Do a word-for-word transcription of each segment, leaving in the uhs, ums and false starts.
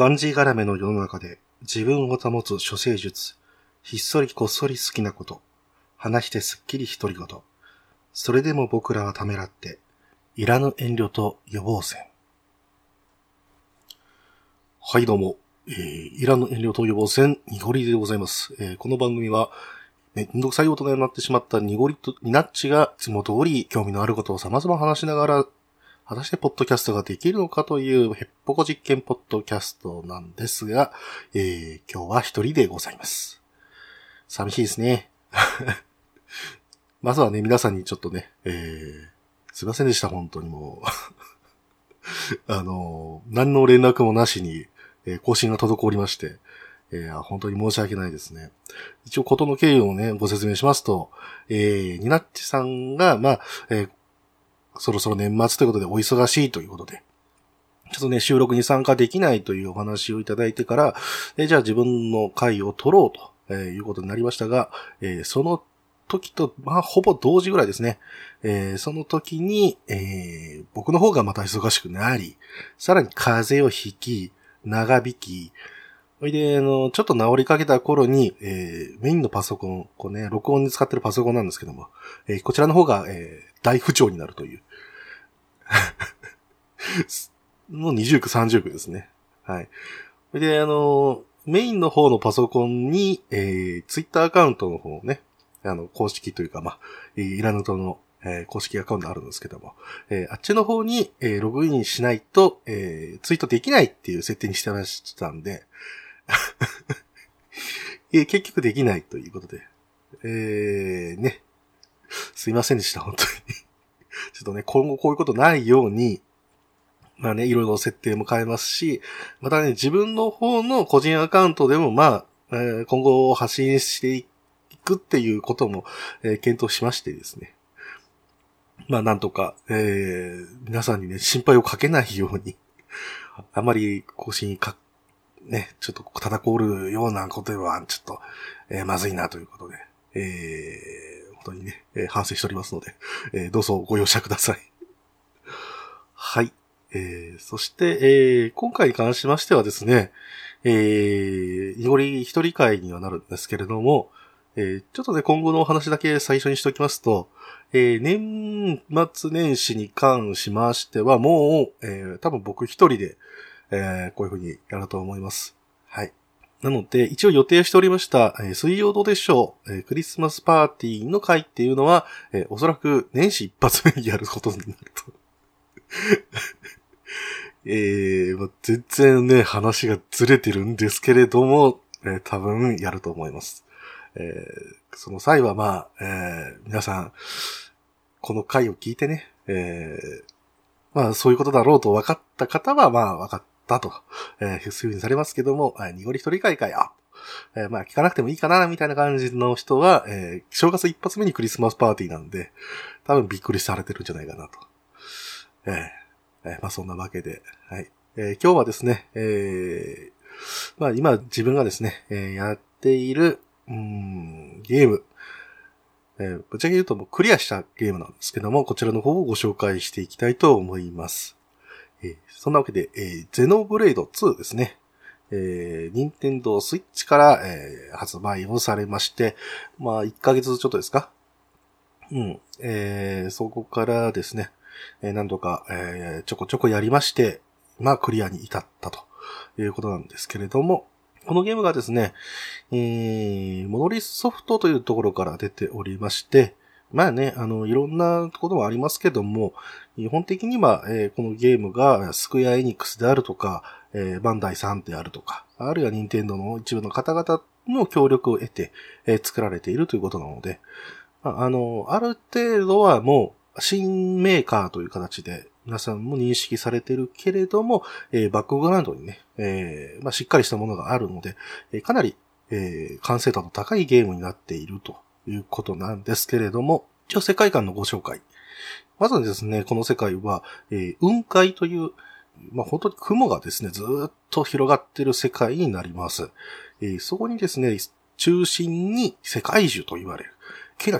がんじがらめの世の中で自分を保つ処世術、ひっそりこっそり好きなこと、話してすっきり独り言。それでも僕らはためらって、いらぬ遠慮と予防線。はいどうも、えー、いらぬ遠慮と予防線、にごりでございます。えー、この番組は、めんどくさい大人になってしまったにごりと、になっちが、いつも通り興味のあることを様々話しながら、果たしてポッドキャストができるのかというヘッポコ実験ポッドキャストなんですが、えー、今日は一人でございます。寂しいですね。まずはね、皆さんにちょっとね、えー、すいませんでした、本当にもう。あの、何の連絡もなしに、えー、更新が滞りまして、えー、本当に申し訳ないですね。一応、ことの経緯をね、ご説明しますと、えー、ニナッチさんが、まあ、えー、そろそろ年末ということでお忙しいということで、ちょっとね、収録に参加できないというお話をいただいてから、えー、じゃあ自分の回を取ろうと、えー、いうことになりましたが、えー、その時と、まあ、ほぼ同時ぐらいですね。えー、その時に、えー、僕の方がまた忙しくなり、さらに風邪をひき、長引き、それで、あの、ちょっと治りかけた頃に、えー、メインのパソコン、こうね、録音に使ってるパソコンなんですけども、えー、こちらの方が、えー、大不調になるという。もう二重苦三重苦ですね。はい。それで、あの、メインの方のパソコンに、えー、ツイッターアカウントの方ね、あの、公式というか、まあ、イラヌトの、えー、公式アカウントあるんですけども、えー、あっちの方に、えー、ログインしないと、えー、ツイートできないっていう設定にしてましたんで、えー、結局できないということで、えー、ね、すいませんでした、本当に。ちょっとね、今後こういうことないように、まあね、いろいろ設定も変えますし、またね、自分の方の個人アカウントでも、まあ、えー、今後発信していくっていうことも、えー、検討しましてですね。まあ、なんとか、えー、皆さんにね、心配をかけないように、あまり更新か、ね、ちょっと滞るようなことでは、ちょっと、えー、まずいなということで、えー、本当にね、えー、反省しておりますので、えー、どうぞご容赦ください。はい。えー、そして、えー、今回に関しましてはですね、えー、より一人会にはなるんですけれども、えー、ちょっとね、今後のお話だけ最初にしておきますと、えー、年末年始に関しましては、もう、えー、多分僕一人で、えー、こういう風にやると思います。はい。なので、一応予定しておりました、えー、水曜どうでしょう、えー、クリスマスパーティーの会っていうのは、えー、おそらく年始一発目にやることになると。えー、まあ、全然ね、話がずれてるんですけれども、えー、多分やると思います。えー、その際はまあ、えー、皆さん、この回を聞いてね、えー、まあそういうことだろうと分かった方はまあ分かったと、えー、そういう風にされますけども、にごり一人会かよ。えー、まあ聞かなくてもいいかな、みたいな感じの人は、えー、正月一発目にクリスマスパーティーなんで、多分びっくりされてるんじゃないかなと。えーえー、まあそんなわけで、はい。えー、今日はですね、えー、まあ今自分がですね、えー、やっている、うーん、ゲーム、えー、ぶっちゃけ言うともうクリアしたゲームなんですけども、こちらの方をご紹介していきたいと思います。えー、そんなわけで、えー、ゼノブレイドツーですね。えー、ニンテンドースイッチから、えー、発売をされまして、まあいっかげつちょっとですか？うん。えー、そこからですね、えー、何度か、えー、ちょこちょこやりまして、まあクリアに至ったということなんですけれども、このゲームがですね、えー、モノリスソフトというところから出ておりまして、まあね、あの、いろんなこともありますけども、基本的には、えー、このゲームがスクエアエニックスであるとか、えー、バンダイさんであるとか、あるいはニンテンドーの一部の方々の協力を得て、えー、作られているということなので、あの、ある程度はもう新メーカーという形で皆さんも認識されているけれども、えー、バックグラウンドにね、えーまあ、しっかりしたものがあるので、えー、かなり、えー、完成度の高いゲームになっているということなんですけれども、一応世界観のご紹介。まずですね、この世界は、えー、雲海という、まあ、本当に雲がですね、ずーっと広がっている世界になります。えー、そこにですね、中心に世界樹と言われる。ケヤキ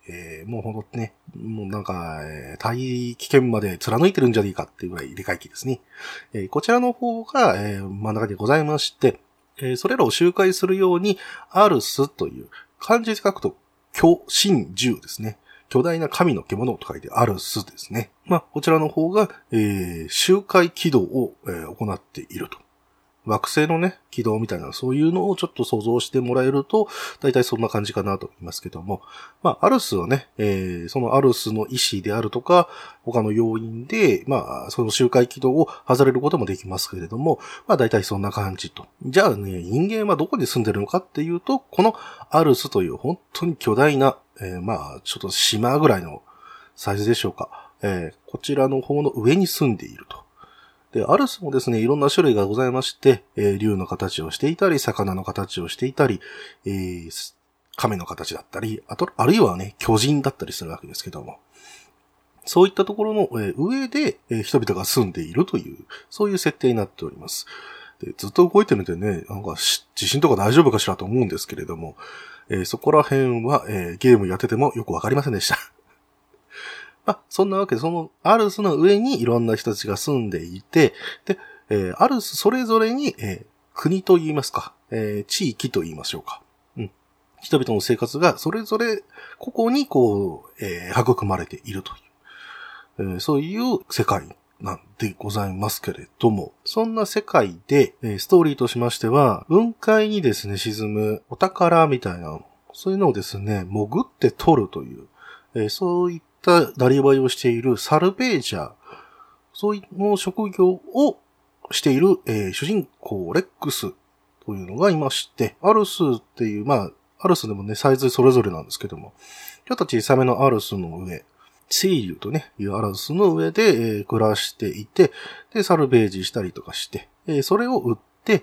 えー、もうほんとね、もうなんか、えー、大気圏まで貫いてるんじゃねえかっていうぐらいでかい木ですね。えー、こちらの方が、えー、真ん中にございまして、えー、それらを周回するように、アルスという、漢字で書くと、巨神獣ですね。巨大な神の獣と書いてアルスですね。まあ、こちらの方が、えー、周回軌道を、えー、行っていると。惑星のね、軌道みたいな、そういうのをちょっと想像してもらえると、だいたいそんな感じかなと思いますけども。まあ、アルスはね、えー、そのアルスの意思であるとか、他の要因で、まあ、その周回軌道を外れることもできますけれども、まあ、だいたいそんな感じと。じゃあね、人間はどこに住んでるのかっていうと、このアルスという本当に巨大な、えー、まあ、ちょっと島ぐらいのサイズでしょうか。えー、こちらの方の上に住んでいると。で、アルスもですね、いろんな種類がございまして、えー、竜の形をしていたり、魚の形をしていたり、えー、亀の形だったり、あと、あるいはね、巨人だったりするわけですけども、そういったところの、えー、上で、えー、人々が住んでいるという、そういう設定になっております。で、ずっと動いてるんでね、なんか地震とか大丈夫かしらと思うんですけれども、えー、そこら辺は、えー、ゲームやっててもよくわかりませんでした。まあ、そんなわけで、そのアルスの上にいろんな人たちが住んでいて、で、えー、アルスそれぞれに、えー、国と言いますか、えー、地域と言いましょうか。うん。人々の生活がそれぞれ、ここにこう、えー、育まれているという、えー、そういう世界なんでございますけれども、そんな世界で、えー、ストーリーとしましては、雲海にですね、沈むお宝みたいな、そういうのをですね、潜って取るという、えー、そういったなりわいをしているサルベージャー、そういう職業をしている、えー、主人公レックスというのがいまして、アルスっていう、まあ、アルスでもね、サイズそれぞれなんですけども、ちょっと小さめのアルスの上、セイリュウとね、いうアルスの上で、えー、暮らしていて、で、サルベージしたりとかして、えー、それを売って、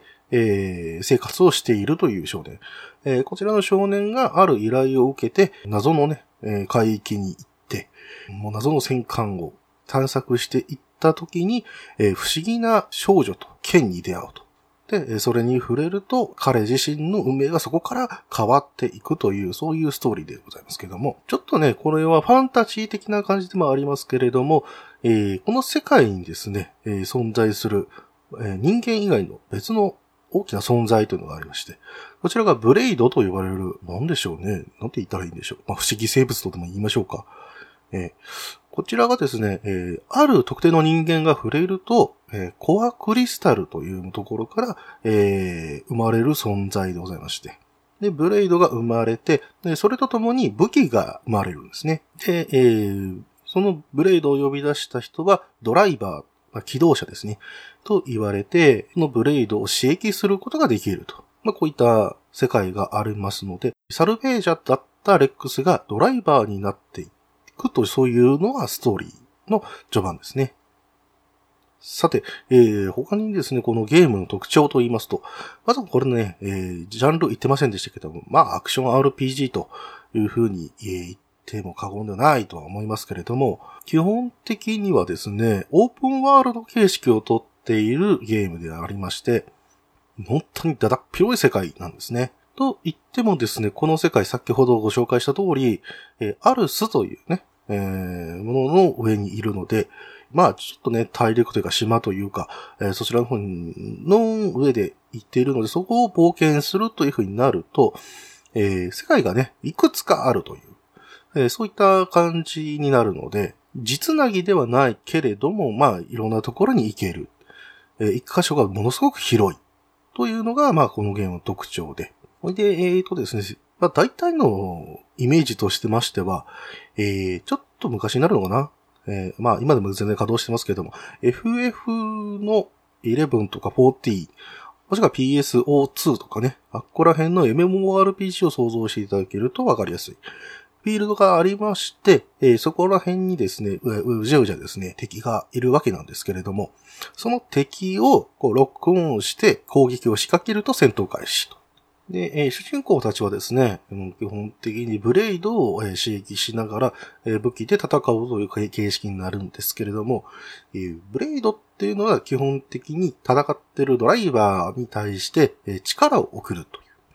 えー、生活をしているという少年。えー、こちらの少年がある依頼を受けて、謎のね、えー、海域に行って、もう謎の戦艦を探索していったときに、えー、不思議な少女と剣に出会うと。で、それに触れると、彼自身の運命がそこから変わっていくという、そういうストーリーでございますけども、ちょっとね、これはファンタジー的な感じでもありますけれども、えー、この世界にですね、えー、存在する、えー、人間以外の別の大きな存在というのがありまして、こちらがブレイドと呼ばれる、なんでしょうね。なんて言ったらいいんでしょう。まあ、不思議生物とでも言いましょうか。えー、こちらがですね、えー、ある特定の人間が触れると、えー、コアクリスタルというところから、えー、生まれる存在でございまして。で、ブレイドが生まれて、でそれとともに武器が生まれるんですね。で、えー、そのブレイドを呼び出した人はドライバー、まあ、起動者ですね。と言われて、そのブレイドを刺激することができると。まあ、こういった世界がありますので、サルベージャだったレックスがドライバーになっていくと、そういうのがストーリーの序盤ですね。さて、えー、他にですね、このゲームの特徴と言いますと、まずこれね、えー、ジャンル言ってませんでしたけども、まあ、アクション アールピージー というふうに、えー、言っても過言ではないとは思いますけれども、基本的にはですね、オープンワールド形式をとっているゲームでありまして、本当にだだっ広い世界なんですね。と言ってもですね、この世界先ほどご紹介した通り、えー、アルスというね、えー、ものの上にいるので、まあちょっとね、大陸というか島というか、えー、そちらの方の上で行っているので、そこを冒険するというふうになると、えー、世界がね、いくつかあるという、えー、そういった感じになるので、実なぎではないけれども、まあいろんなところに行ける。えー、一箇所がものすごく広い。というのが、まあこのゲームの特徴で。で、えーとですね、まあ大体のイメージとしてましては、えー、ちょっと昔になるのかな。えー、まあ今でも全然稼働してますけども、エフエフ のじゅういちとかよんじゅう、もしくは ピーエスオーツー とかね、あっこら辺の エムエムオーアールピージー を想像していただけるとわかりやすい。フィールドがありまして、えー、そこら辺にですね、う, うじゃうじゃですね、敵がいるわけなんですけれども、その敵をこうロックオンして攻撃を仕掛けると戦闘開始と。で、えー、主人公たちはですね、基本的にブレイドを、えー、刺激しながら、えー、武器で戦うという形式になるんですけれども、えー、ブレイドっていうのは基本的に戦っているドライバーに対して、えー、力を送るという。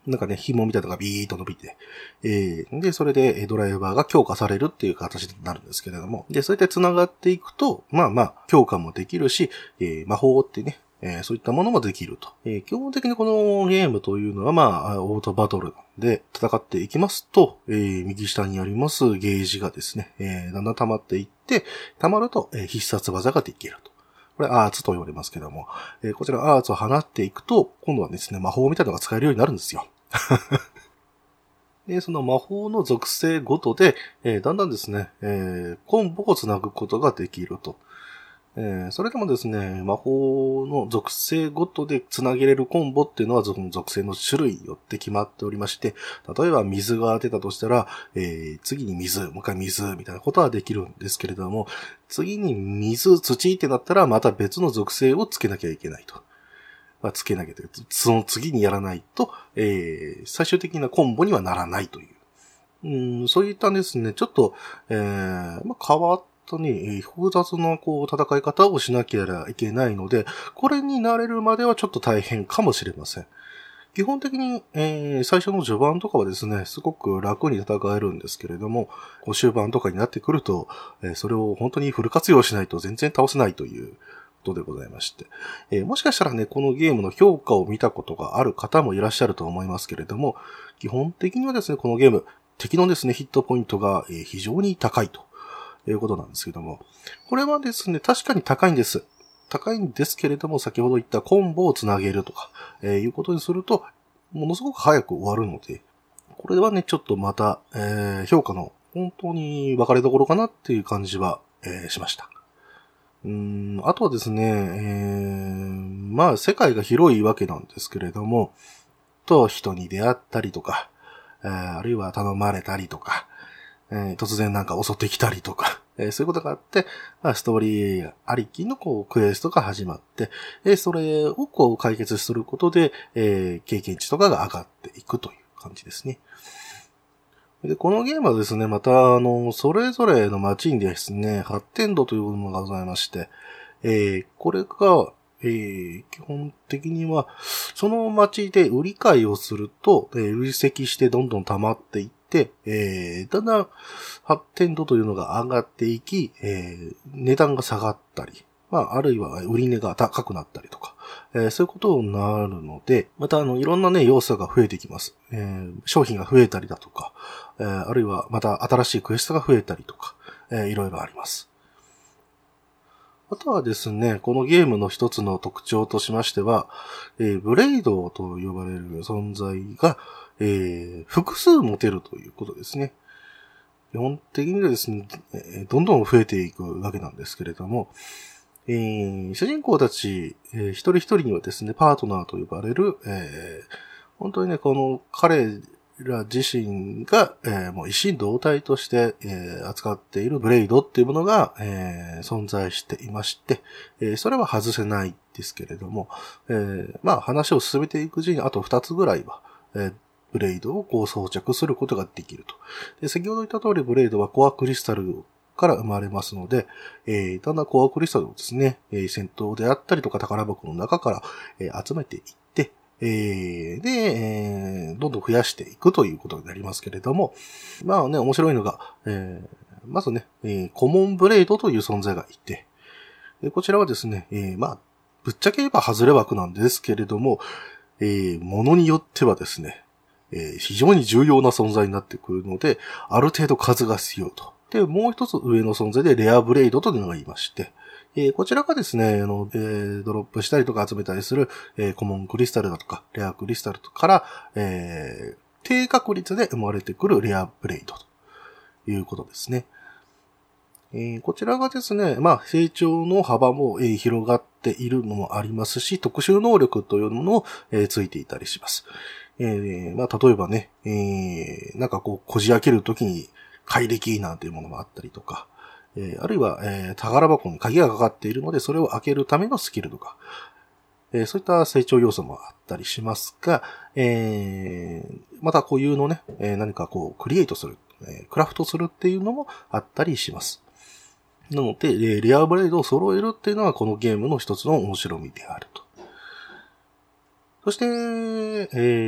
なんかね、紐みたいなのがビーッと伸びて、えー、で、それでドライバーが強化されるっていう形になるんですけれども、で、そうやって繋がっていくと、まあまあ、強化もできるし、えー、魔法ってね、えー、そういったものもできると。えー、基本的にこのゲームというのは、まあ、オートバトルなんで、戦っていきますと、えー、右下にありますゲージがですね、えー、だんだん溜まっていって、溜まると、えー、必殺技ができると。これアーツと言われますけども、えー、こちらアーツを放っていくと、今度はですね、魔法みたいなのが使えるようになるんですよ。で、その魔法の属性ごとで、えー、だんだんですね、えー、コンボをつなぐことができると。えー、それでもですね、魔法の属性ごとでつなげれるコンボっていうのは、その属性の種類によって決まっておりまして、例えば水が出たとしたら、えー、次に水、もう一回水、みたいなことはできるんですけれども、次に水、土ってなったら、また別の属性をつけなきゃいけないと。まあ、つけなきゃいけない。その次にやらないと、えー、最終的なコンボにはならないという。うん、そういったですね、ちょっと、えー、まあ、変わったに複雑なこう戦い方をしなきゃいけないので、これに慣れるまではちょっと大変かもしれません。基本的に、えー、最初の序盤とかはですね、すごく楽に戦えるんですけれども、こう終盤とかになってくると、えー、それを本当にフル活用しないと全然倒せないということでございまして、えー、もしかしたらね、このゲームの評価を見たことがある方もいらっしゃると思いますけれども、基本的にはですね、このゲーム、敵のですね、ヒットポイントが非常に高いということなんですけども、これはですね、確かに高いんです。高いんですけれども、先ほど言ったコンボをつなげるとか、えー、いうことにすると、ものすごく早く終わるので、これはね、ちょっとまた、えー、評価の本当に分かれどころかなっていう感じは、えー、しました。うーん、あとはですね、えー、まあ、世界が広いわけなんですけれども、と、人に出会ったりとか、えー、あるいは頼まれたりとか、えー、突然なんか襲ってきたりとか、えー、そういうことがあって、まあ、ストーリーありきのこうクエストが始まって、えー、それをこう解決することで、えー、経験値とかが上がっていくという感じですね。で、このゲームはですね、また、あの、それぞれの街にですね、発展度というものがございまして、えー、これが、えー、基本的には、その街で売り買いをすると、えー、累積してどんどん溜まっていって、えー、だんだん発展度というのが上がっていき、えー、値段が下がったり、まあ、あるいは売り値が高くなったりとか、えー、そういうことになるので、またあの、いろんなね、要素が増えてきます。えー、商品が増えたりだとか、えー、あるいはまた新しいクエストが増えたりとか、えー、いろいろあります。あとはですね、このゲームの一つの特徴としましては、えー、ブレイドと呼ばれる存在が、えー、複数持てるということですね。基本的にはですね、えー、どんどん増えていくわけなんですけれども、えー、主人公たち、えー、一人一人にはですね、パートナーと呼ばれる、えー、本当にね、この彼ら自身が、えー、もう一心同体として、えー、扱っているブレイドっていうものが、えー、存在していまして、えー、それは外せないですけれども、えー、まあ話を進めていくうちにあと二つぐらいは、えー、ブレイドをこう装着することができると。で、先ほど言った通りブレイドはコアクリスタルから生まれますので、えー、だんだんコアクリスタルをですね、えー、戦闘であったりとか宝箱の中から、えー、集めていって、えー、で、えー、どんどん増やしていくということになりますけれども、まあね、面白いのが、えー、まずね、えー、コモンブレイドという存在がいて、でこちらはですね、えー、まあ、ぶっちゃけ言えば外れ枠なんですけれども、えー、ものによってはですね、えー、非常に重要な存在になってくるので、ある程度数が必要と。で、もう一つ上の存在でレアブレイドというのがいまして、えー、こちらがですね、あの、えー、ドロップしたりとか集めたりする、えー、コモンクリスタルだとか、レアクリスタルから、えー、低確率で生まれてくるレアブレイドということですね。えー、こちらがですね、まあ、成長の幅も、えー、広がっているのもありますし、特殊能力というものも、えー、ついていたりします。えー、まあ、例えばね、えー、なんかこう、こじ開けるときに、怪力なんていうものもあったりとか、えー、あるいは、えー、宝箱に鍵がかかっているので、それを開けるためのスキルとか、えー、そういった成長要素もあったりしますが、えー、また固有のね、えー、何かこう、クリエイトする、えー、クラフトするっていうのもあったりします。なので、えー、レアブレードを揃えるっていうのはこのゲームの一つの面白みであると。そして、えー、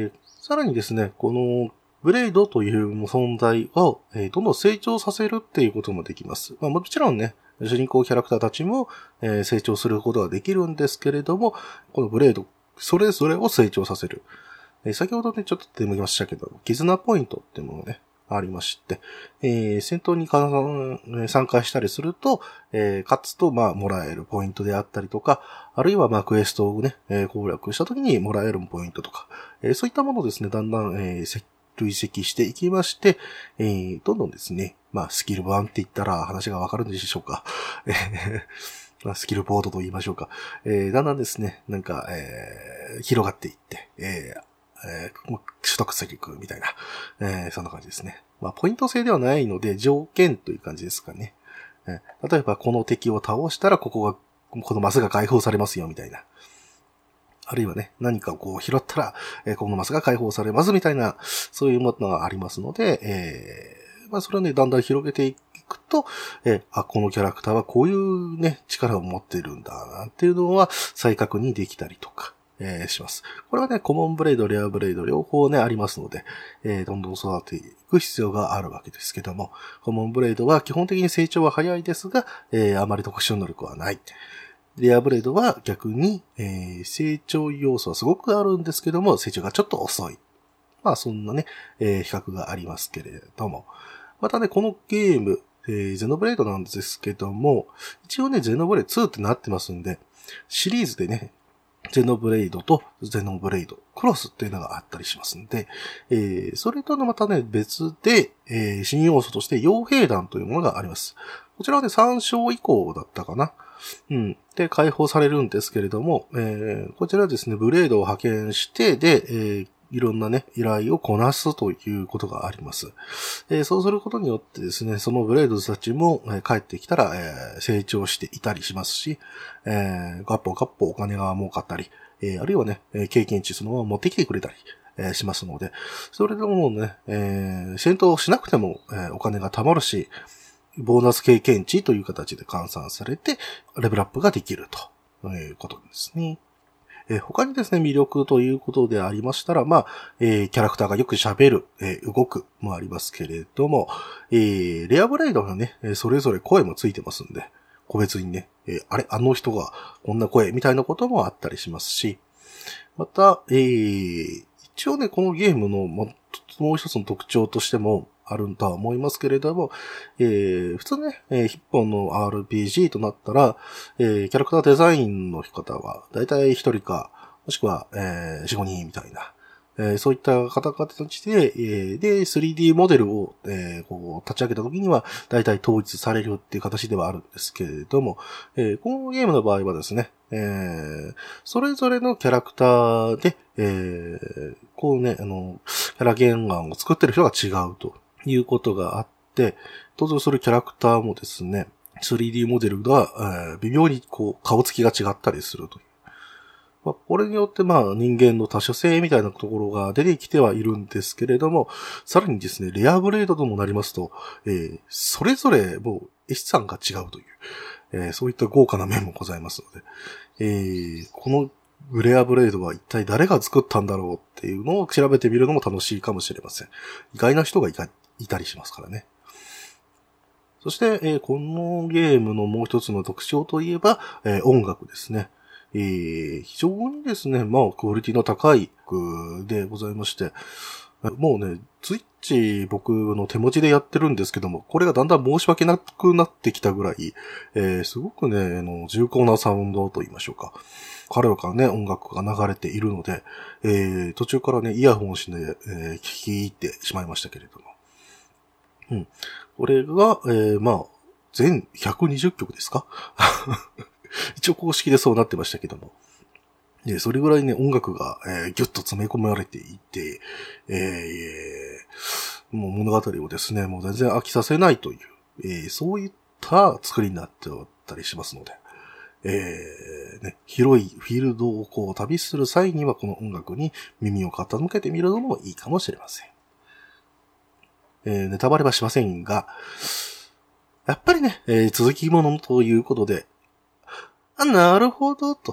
さらにですね、このブレイドという存在を、えー、どんどん成長させるっていうこともできます。まあ、もちろんね、主人公キャラクターたちも、えー、成長することができるんですけれども、このブレイド、それぞれを成長させる。えー、先ほどね、ちょっと出てきましたけど、絆ポイントっていうものね、ありまして、えー、戦闘に参加したりすると、えー、勝つと、まあ、もらえるポイントであったりとか、あるいは、まあ、クエストをね、えー、攻略した時にもらえるポイントとか、えー、そういったものをですね、だんだん、えー、累積していきまして、えー、どんどんですね、まあ、スキル版って言ったら話がわかるんでしょうか。まあ、スキルボードと言いましょうか。えー、だんだんですね、なんか、えー、広がっていって、えーえー、取得していくみたいな、えー、そんな感じですね。まあ、ポイント制ではないので、条件という感じですかね。えー、例えば、この敵を倒したら、ここが、このマスが解放されますよ、みたいな。あるいはね、何かこう拾ったら、えー、このマスが解放されますみたいな、そういうものがありますので、えー、まあそれをね、だんだん広げていくと、えー、あ、このキャラクターはこういうね、力を持ってるんだなっていうのは再確認できたりとか、えー、します。これはね、コモンブレイド、レアブレイド両方ね、ありますので、えー、どんどん育てていく必要があるわけですけども、コモンブレイドは基本的に成長は早いですが、えー、あまり特殊能力はない。レアブレードは逆に、えー、成長要素はすごくあるんですけども、成長がちょっと遅い。まあそんなね、えー、比較がありますけれども。またね、このゲーム、えー、ゼノブレードなんですけども、一応ね、ゼノブレイドツーってなってますんで、シリーズでね、ゼノブレイドとゼノブレイド、クロスっていうのがあったりしますんで、えー、それとのまたね、別で、えー、新要素として傭兵団というものがあります。こちらはね、さん章以降だったかな。うん。で、解放されるんですけれども、えー、こちらはですね、ブレードを派遣して、で、えー、いろんなね、依頼をこなすということがあります。えー、そうすることによってですね、そのブレードたちも、えー、帰ってきたら、えー、成長していたりしますし、えー、ガッポガッポお金が儲かったり、えー、あるいはね、経験値そのまま持ってきてくれたり、えー、しますので、それでもね、えー、戦闘をしなくても、えー、お金が貯まるし、ボーナス経験値という形で換算されて、レベルアップができるということですね。えー、他にですね、魅力ということでありましたら、まあ、えー、キャラクターがよく喋る、えー、動くもありますけれども、えー、レアブレイドがね、それぞれ声もついてますんで、個別にね、えー、あれ、あの人がこんな声みたいなこともあったりしますし、また、えー、一応ね、このゲームのもう一つの特徴としても、あるんとは思いますけれども、えー、普通ね、えー、一本の アールピージー となったら、えー、キャラクターデザインの方は、だいたい一人か、もしくは、えー、よん、ごにんみたいな、えー、そういった方々たちで、えー、で、スリーディー モデルを、えー、こう、立ち上げた時には、だいたい統一されるっていう形ではあるんですけれども、えー、このゲームの場合はですね、えー、それぞれのキャラクターで、えー、こうね、あの、キャラ原案を作ってる人が違うと。いうことがあって、登場するキャラクターもですね、スリーディー モデルが、えー、微妙にこう顔つきが違ったりするという。まあ、これによってまあ人間の多種性みたいなところが出てきてはいるんですけれども、さらにですね、レアブレードともなりますと、えー、それぞれもう絵師さんが違うという、えー、そういった豪華な面もございますので、えー、このレアブレードは一体誰が作ったんだろうっていうのを調べてみるのも楽しいかもしれません。意外な人がいかいたりしますからね。そして、えー、このゲームのもう一つの特徴といえば、えー、音楽ですね。えー、非常にですね、まあ、クオリティの高い曲でございまして、もうね、ツイッチ僕の手持ちでやってるんですけども、これがだんだん申し訳なくなってきたぐらい、えー、すごくね、あの重厚なサウンドと言いましょうか。彼らからね、音楽が流れているので、えー、途中からね、イヤホンをして、えー、聞き入ってしまいましたけれども。うん。これが、えー、まあ、全ひゃくにじゅっきょくですか一応公式でそうなってましたけども。で、それぐらいね、音楽が、えー、ぎゅっと詰め込まれていて、えー、もう物語をですね、もう全然飽きさせないという、えー、そういった作りになっておったりしますので、えー、ね、広いフィールドをこう旅する際にはこの音楽に耳を傾けてみるのもいいかもしれません。えー、ネタバレはしませんが、やっぱりね、えー、続きものということで、あ、なるほど、と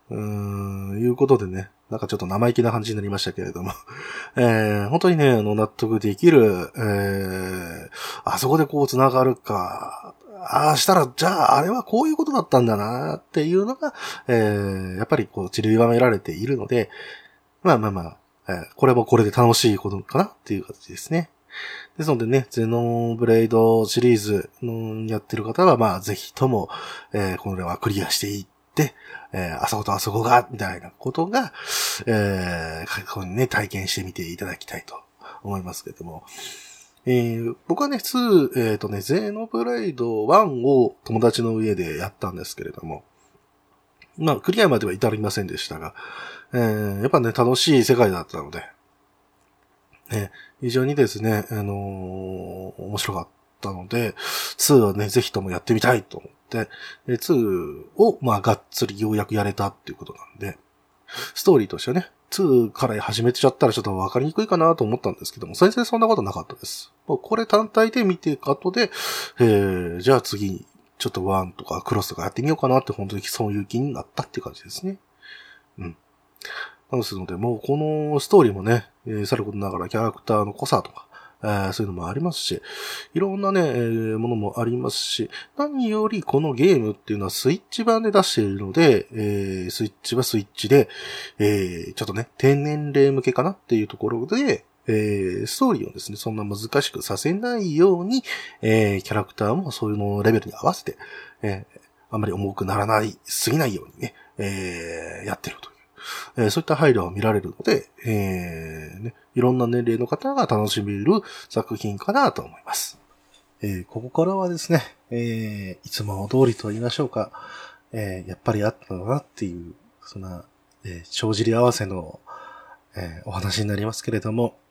うーん、いうことでね、なんかちょっと生意気な感じになりましたけれども、えー、本当にね、あの、納得できる、えー、あそこでこう繋がるか、ああしたら、じゃあ、あれはこういうことだったんだな、っていうのが、えー、やっぱりこう、散りばめられているので、まあまあまあ、えー、これもこれで楽しいことかな、っていう形ですね。ですのでね、ゼノブレイドシリーズのやってる方は、まあ、ぜひとも、えー、これはクリアしていって、えー、あそことあそこが、みたいなことが、えー、ここにね、体験してみていただきたいと思いますけれども、えー、僕はね、に、えっとね、ゼノブレイドワンを友達の家でやったんですけれども、まあ、クリアまでは至りませんでしたが、えー、やっぱね、楽しい世界だったので、ね、非常にですね、あのー、面白かったので、にはね、ぜひともやってみたいと思って、にを、まあ、がっつりようやくやれたっていうことなんで、ストーリーとしてはね、にから始めちゃったらちょっとわかりにくいかなと思ったんですけども、全然そんなことなかったです。もうこれ単体で見て後で、えー、じゃあ次、ちょっとワンとかクロスとかやってみようかなって本当にそういう気になったっていう感じですね。うん。ですので、もうこのストーリーもね、えー、さることながらキャラクターの濃さとか、えー、そういうのもありますし、いろんなね、えー、ものもありますし、何よりこのゲームっていうのはスイッチ版で出しているので、えー、スイッチはスイッチで、えー、ちょっとね、低年齢向けかなっていうところで、えー、ストーリーをですね、そんな難しくさせないように、えー、キャラクターもそういうのレベルに合わせて、えー、あんまり重くならない、すぎないようにね、えー、やってるという。えー、そういった配慮が見られるので、えーね、いろんな年齢の方が楽しめる作品かなと思います。えー、ここからはですね、えー、いつも通りと言いましょうか、えー、やっぱりあったのかなっていう、そんな、えー、帳尻合わせの、えー、お話になりますけれども、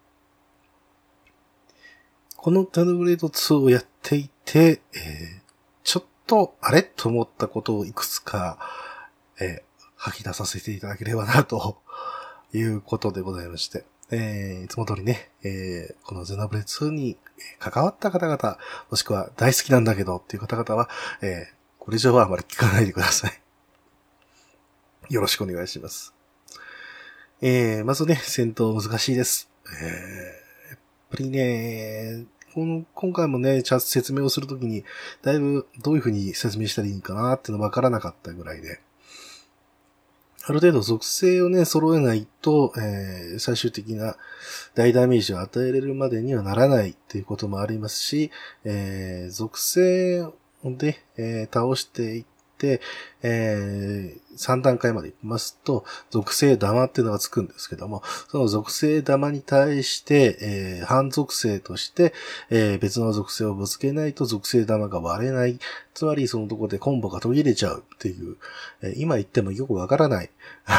このゼノブレイドツーをやっていて、えー、ちょっとあれと思ったことをいくつか、えー吐き出させていただければな、ということでございまして。えー、いつも通りね、えー、このゼノブレイドツーに関わった方々、もしくは大好きなんだけどっていう方々は、えー、これ以上はあまり聞かないでください。よろしくお願いします。えー、まずね、戦闘難しいです。えー、やっぱりね、この今回もね、ちゃんと説明をするときに、だいぶどういう風に説明したらいいかなっていうのわからなかったぐらいで、ある程度属性をね、揃えないと、えー、最終的な大ダメージを与えれるまでにはならないっていうこともありますし、えー、属性で、えー、倒していって、えー、さん段階まで行きますと、属性玉っていうのがつくんですけども、その属性玉に対して、えー、反属性として、えー、別の属性をぶつけないと属性玉が割れない。つまりそのところでコンボが途切れちゃうっていう、えー、今言ってもよくわからない。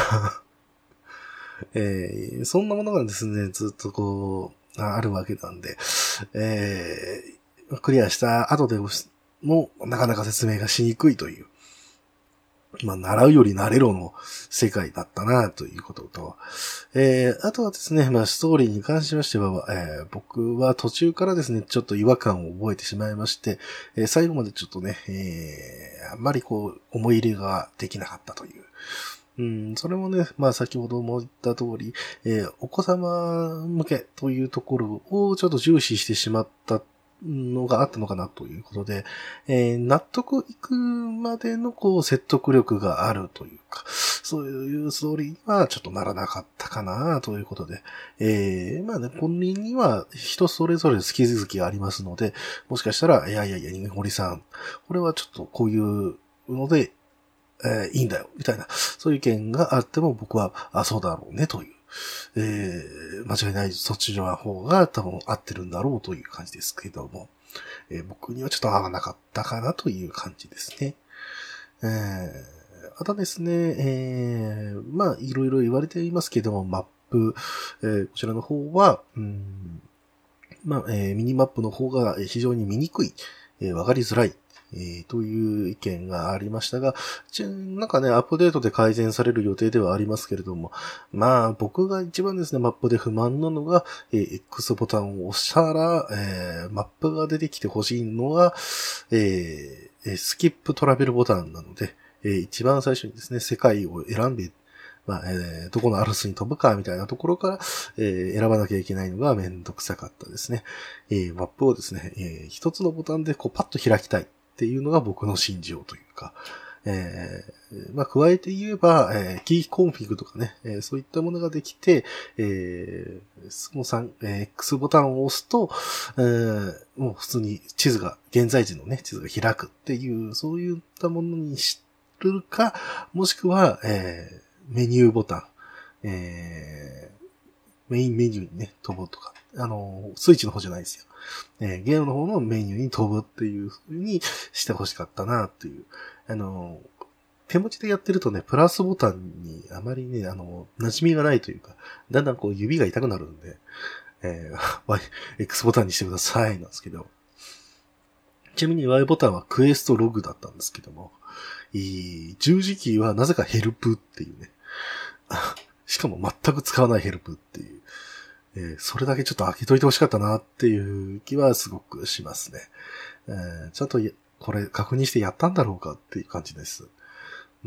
えー、そんなものがですね、ずっとこう、あるわけなんで、えー、クリアした後でもなかなか説明がしにくいという、まあ、習うより慣れろの世界だったなということと、えー、あとはですね、まあ、ストーリーに関しましては、えー、僕は途中からですね、ちょっと違和感を覚えてしまいまして、えー、最後までちょっとね、えー、あんまりこう、思い入れができなかったという。うん、それもね、まあ先ほども言った通り、えー、お子様向けというところをちょっと重視してしまったのがあったのかなということで、えー、納得いくまでのこう説得力があるというか、そういうストーリーにはちょっとならなかったかなということで、えー、まあね、本人には人それぞれ好き好きがありますので、もしかしたら、いやいやいや、堀さん、これはちょっとこういうので、えー、いいんだよ、みたいな、そういう意見があっても僕は、あ、そうだろうね、という。えー、間違いない、そっちの方が多分合ってるんだろうという感じですけども、えー、僕にはちょっと合わなかったかなという感じですね。えー、あとですね、えー、まあ、いろいろ言われていますけども、マップ、えー、こちらの方は、うん、まあ、えー、ミニマップの方が非常に見にくい、えー、わかりづらい、えー、という意見がありましたが、なんかね、アップデートで改善される予定ではありますけれども、まあ、僕が一番ですね、マップで不満なのが、えー、X ボタンを押したら、えー、マップが出てきてほしいのが、えー、スキップトラベルボタンなので、 えー、一番最初にですね、世界を選んで、まあ、えー、どこのアルスに飛ぶかみたいなところから、えー、選ばなきゃいけないのがめんどくさかったですね。えー、マップをですね、えー、一つのボタンでこうパッと開きたいっていうのが僕の心情というか、えー、まあ、加えて言えば、えー、キーコンフィグとかね、えー、そういったものができて、えー、そのさん、えー、X ボタンを押すと、えー、もう普通に地図が、現在時のね、地図が開くっていう、そういったものにするか、もしくは、えー、メニューボタン、えー、メインメニューにね、飛ぶとか、あの、スイッチの方じゃないですよ。えー、ゲームの方のメニューに飛ぶっていう風にしてほしかったなっていう。あの、手持ちでやってるとね、プラスボタンにあまりね、あの、馴染みがないというか、だんだんこう指が痛くなるんで、えー、X ボタンにしてくださいなんですけど。ちなみに Y ボタンはクエストログだったんですけども、十字キーはなぜかヘルプっていうね。しかも全く使わないヘルプっていう。えー、それだけちょっと開けといてほしかったなっていう気はすごくしますね。えー、ちゃんとこれ確認してやったんだろうかっていう感じです。うん、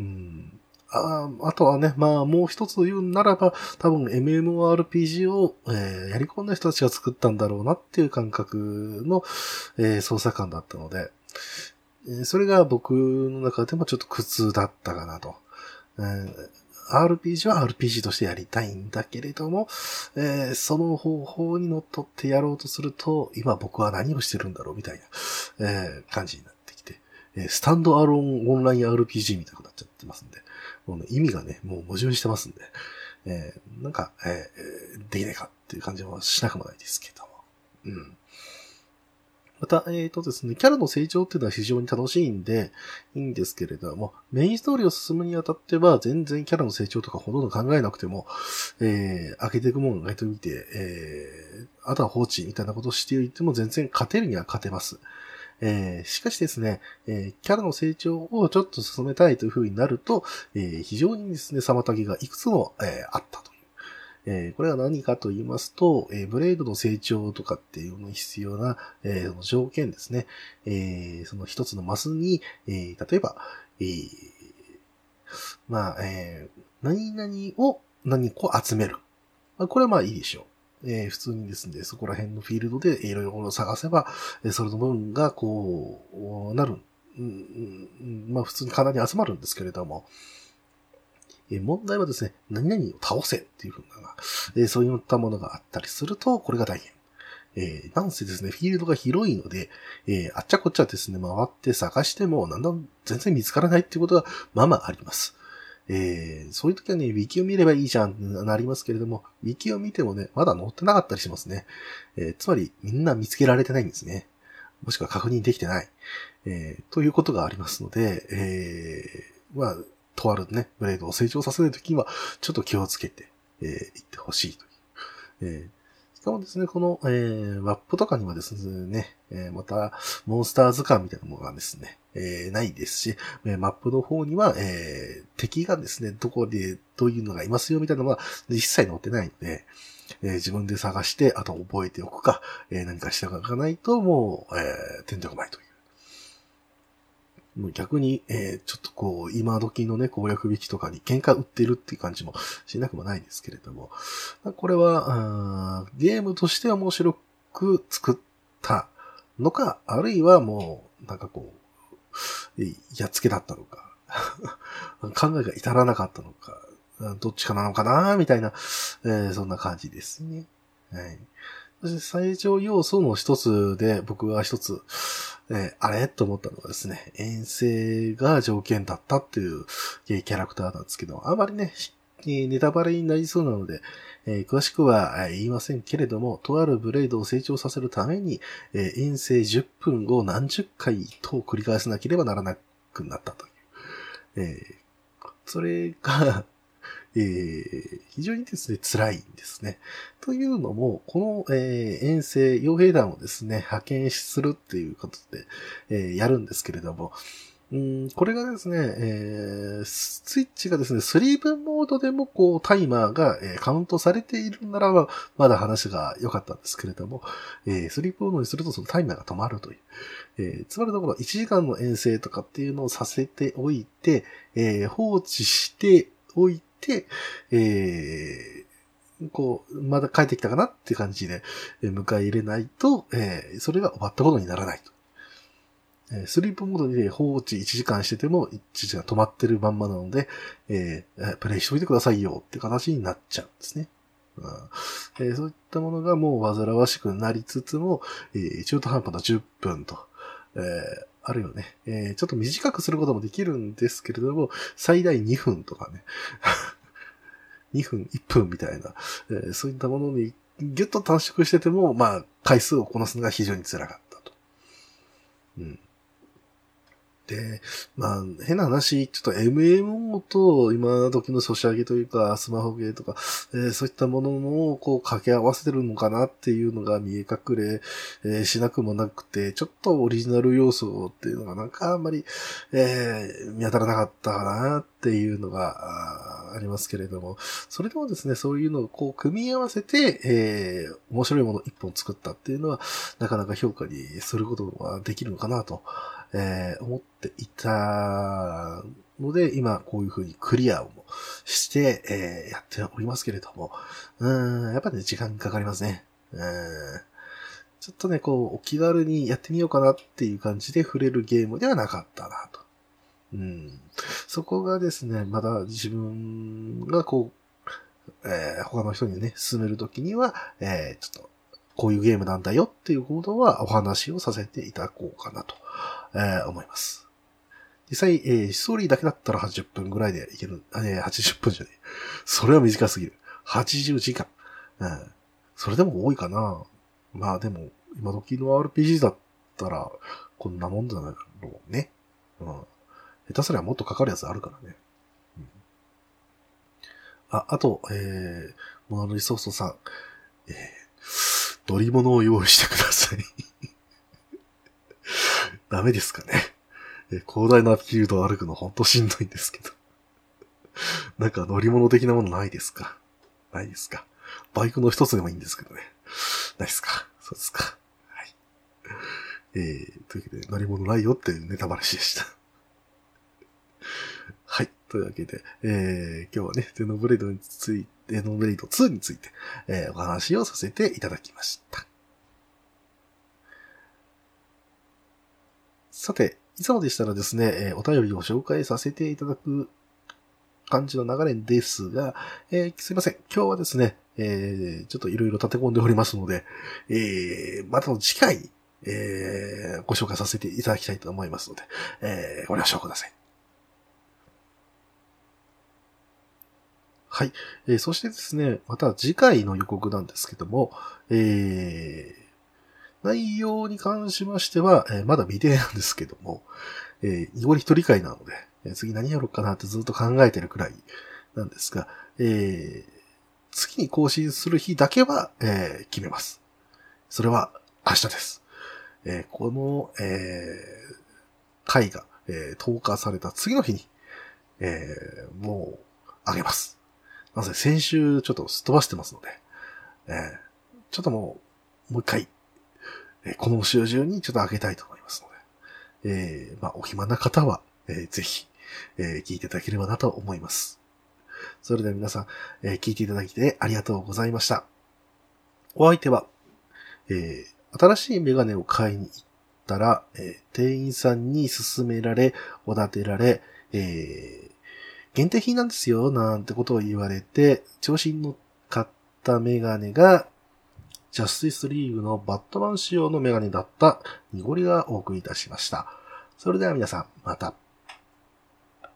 あ, あとはね、まあもう一つ言うならば、多分 エムエムオーアールピージー を、えー、やり込んだ人たちが作ったんだろうなっていう感覚の、えー、操作感だったので、えー、それが僕の中でもちょっと苦痛だったかなと。えーアールピージー は アールピージー としてやりたいんだけれども、えー、その方法にのっとってやろうとすると、今僕は何をしてるんだろうみたいな、えー、感じになってきて、えー、スタンドアローンオンライン アールピージー みたいになっちゃってますんで、もう、ね、意味がね、もう矛盾してますんで、えー、なんか、えー、できないかっていう感じはしなくもないですけども。うん。また、えっとですね、キャラの成長っていうのは非常に楽しいんで、いいんですけれども、メインストーリーを進むにあたっては、全然キャラの成長とかほとんど考えなくても、えー、開けていくものを開けてみて、えー、あとは放置みたいなことをしていても全然勝てるには勝てます。えー、しかしですね、えー、キャラの成長をちょっと進めたいという風になると、えー、非常にですね、妨げがいくつも、えー、あったと。えー、これは何かと言いますと、えー、ブレードの成長とかっていうのに必要な、えー、条件ですね。えー、その一つのマスに、えー、例えば、えー、まあ、えー、何々を何個集める。まあ、これはまあいいでしょう。えー、普通にですね、そこら辺のフィールドでいろいろ探せば、えー、それの分がこう、なる。うんうん、まあ普通にかなり集まるんですけれども、え問題はですね、何々を倒せっていうふうな、えー、そういったものがあったりすると、これが大変。えー、なんせですね、フィールドが広いので、えー、あっちゃこっちゃですね、回って探しても、なんだ全然見つからないっていうことが、まあまああります。えー、そういう時はね、ウィキを見ればいいじゃんってなりますけれども、ウィキを見てもね、まだ載ってなかったりしますね。えー、つまり、みんな見つけられてないんですね。もしくは確認できてない。えー、ということがありますので、えー、まあ、とあるね、ブレードを成長させるときには、ちょっと気をつけて、えー、いってほしいという。えー、しかもですね、この、えー、マップとかにはですね、えー、また、モンスター図鑑みたいなものがですね、えー、ないですし、えー、マップの方には、えー、敵がですね、どこで、どういうのがいますよみたいなのは、一切載ってないので、えー、自分で探して、あと覚えておくか、えー、何かしておかないと、もう、えー、てんてこまいという。もう逆に、えー、ちょっとこう、今時のね、攻略引きとかに喧嘩売ってるっていう感じもしなくもないですけれども、これは、ゲームとして面白く作ったのか、あるいはもう、なんかこう、やっつけだったのか、考えが至らなかったのか、どっちかなのかなみたいな、えー、そんな感じですね。はい。そして最上要素の一つで僕が一つ、えー、あれと思ったのはですね、遠征が条件だったっていうキャラクターなんですけど、あまりね、ネタバレになりそうなので、えー、詳しくは言いませんけれども、とあるブレードを成長させるために、えー、遠征じゅっぷんを何十回と繰り返さなければならなくなったという。えー、それが、えー、非常にですね、辛いんですね。というのも、この、えー、遠征、傭兵団をですね、派遣するっていうことで、えー、やるんですけれども、 うん、これがですね、えー、スイッチがですね、スリープモードでもこうタイマーが、えー、カウントされているならば、まだ話が良かったんですけれども、えー、スリープモードにするとそのタイマーが止まるという。えー、つまりのところいちじかんの遠征とかっていうのをさせておいて、えー、放置しておいて、えー、こう、まだ帰ってきたかなって感じで、えー、迎え入れないと、えー、それが終わったことにならないと。スリープモードで放置いちじかんしててもいちじかん止まってるまんまなので、えー、プレイしといてくださいよって形になっちゃうんですね。うんえー、そういったものがもう煩わしくなりつつも、えー、中途半端なじゅっぷんと、えー、あるいはね、えー、ちょっと短くすることもできるんですけれども、最大にふんとかね、にふん、いっぷんみたいな、えー、そういったものにギュッと短縮してても、まあ、回数をこなすのが非常に辛かったと。うんで、まあ、変な話、ちょっと エムエムオー と今時のソシャゲというか、スマホゲーとか、えー、そういったものをこう掛け合わせてるのかなっていうのが見え隠れ、えー、しなくもなくて、ちょっとオリジナル要素っていうのがなんかあんまり、えー、見当たらなかったかなっていうのが あ, ありますけれども、それでもですね、そういうのをこう組み合わせて、えー、面白いもの一本作ったっていうのは、なかなか評価にすることができるのかなと。えー、思っていたので、今こういう風にクリアをして、えー、やっておりますけれども、うーん、やっぱね、時間かかりますね。うーんちょっとね、こう、お気軽にやってみようかなっていう感じで触れるゲームではなかったなと。うん、そこがですね、まだ自分がこう、えー、他の人にね、進めるときには、えー、ちょっと、こういうゲームなんだよっていうことはお話をさせていただこうかなと。えー、思います。実際、えー、ストーリーだけだったらはちじゅっぷんぐらいでいける。あ、ね、はちじゅっぷんじゃねえ。それは短すぎる。はちじゅうじかん。うん。それでも多いかな。まあでも、今時の アールピージー だったら、こんなもんじゃないのね。うん。下手すりゃもっとかかるやつあるからね。うん、あ、あと、えー、モナリソフトさん、えー、乗り物を用意してください。ダメですかね。広大なフィールドを歩くのほんとしんどいんですけど。なんか乗り物的なものないですか？ないですか？バイクの一つでもいいんですけどね。ないですか？そうですか。はい。えー、というわけで乗り物ないよっていうネタバラシでした。はい。というわけで、えー、今日はね、ゼノブレイドについて、ゼノブレイドツーについて、えー、お話をさせていただきました。さて、いつもでしたらですね、えー、お便りを紹介させていただく感じの流れですが、えー、すいません。今日はですね、えー、ちょっといろいろ立て込んでおりますので、えー、またの次回、えー、ご紹介させていただきたいと思いますので、えー、ご了承ください。はい。えー、そしてですね、また次回の予告なんですけども、えー、内容に関しましては、えー、まだ未定なんですけども、えー、濁り一人会なので、えー、次何やろうかなってずっと考えてるくらいなんですが、えー、次に更新する日だけは、えー、決めます。それは明日です。えー、この、えー、回が、えー、投下された次の日に、えー、もう、あげます。なので、先週ちょっとすっ飛ばしてますので、えー、ちょっともう、もう一回、えー、この週中にちょっとあげたいと思いますので、えー、まあ、お暇な方は、えー、ぜひ、えー、聞いていただければなと思います。それでは皆さん、えー、聞いていただきてありがとうございました。お相手は、えー、新しいメガネを買いに行ったら、えー、店員さんに勧められ、おだてられ、えー、限定品なんですよ、なんてことを言われて、調子に乗っかったメガネが、ジャスティスリーグのバットマン仕様のメガネだった、ニゴリがお送りいたしました。それでは皆さん、また。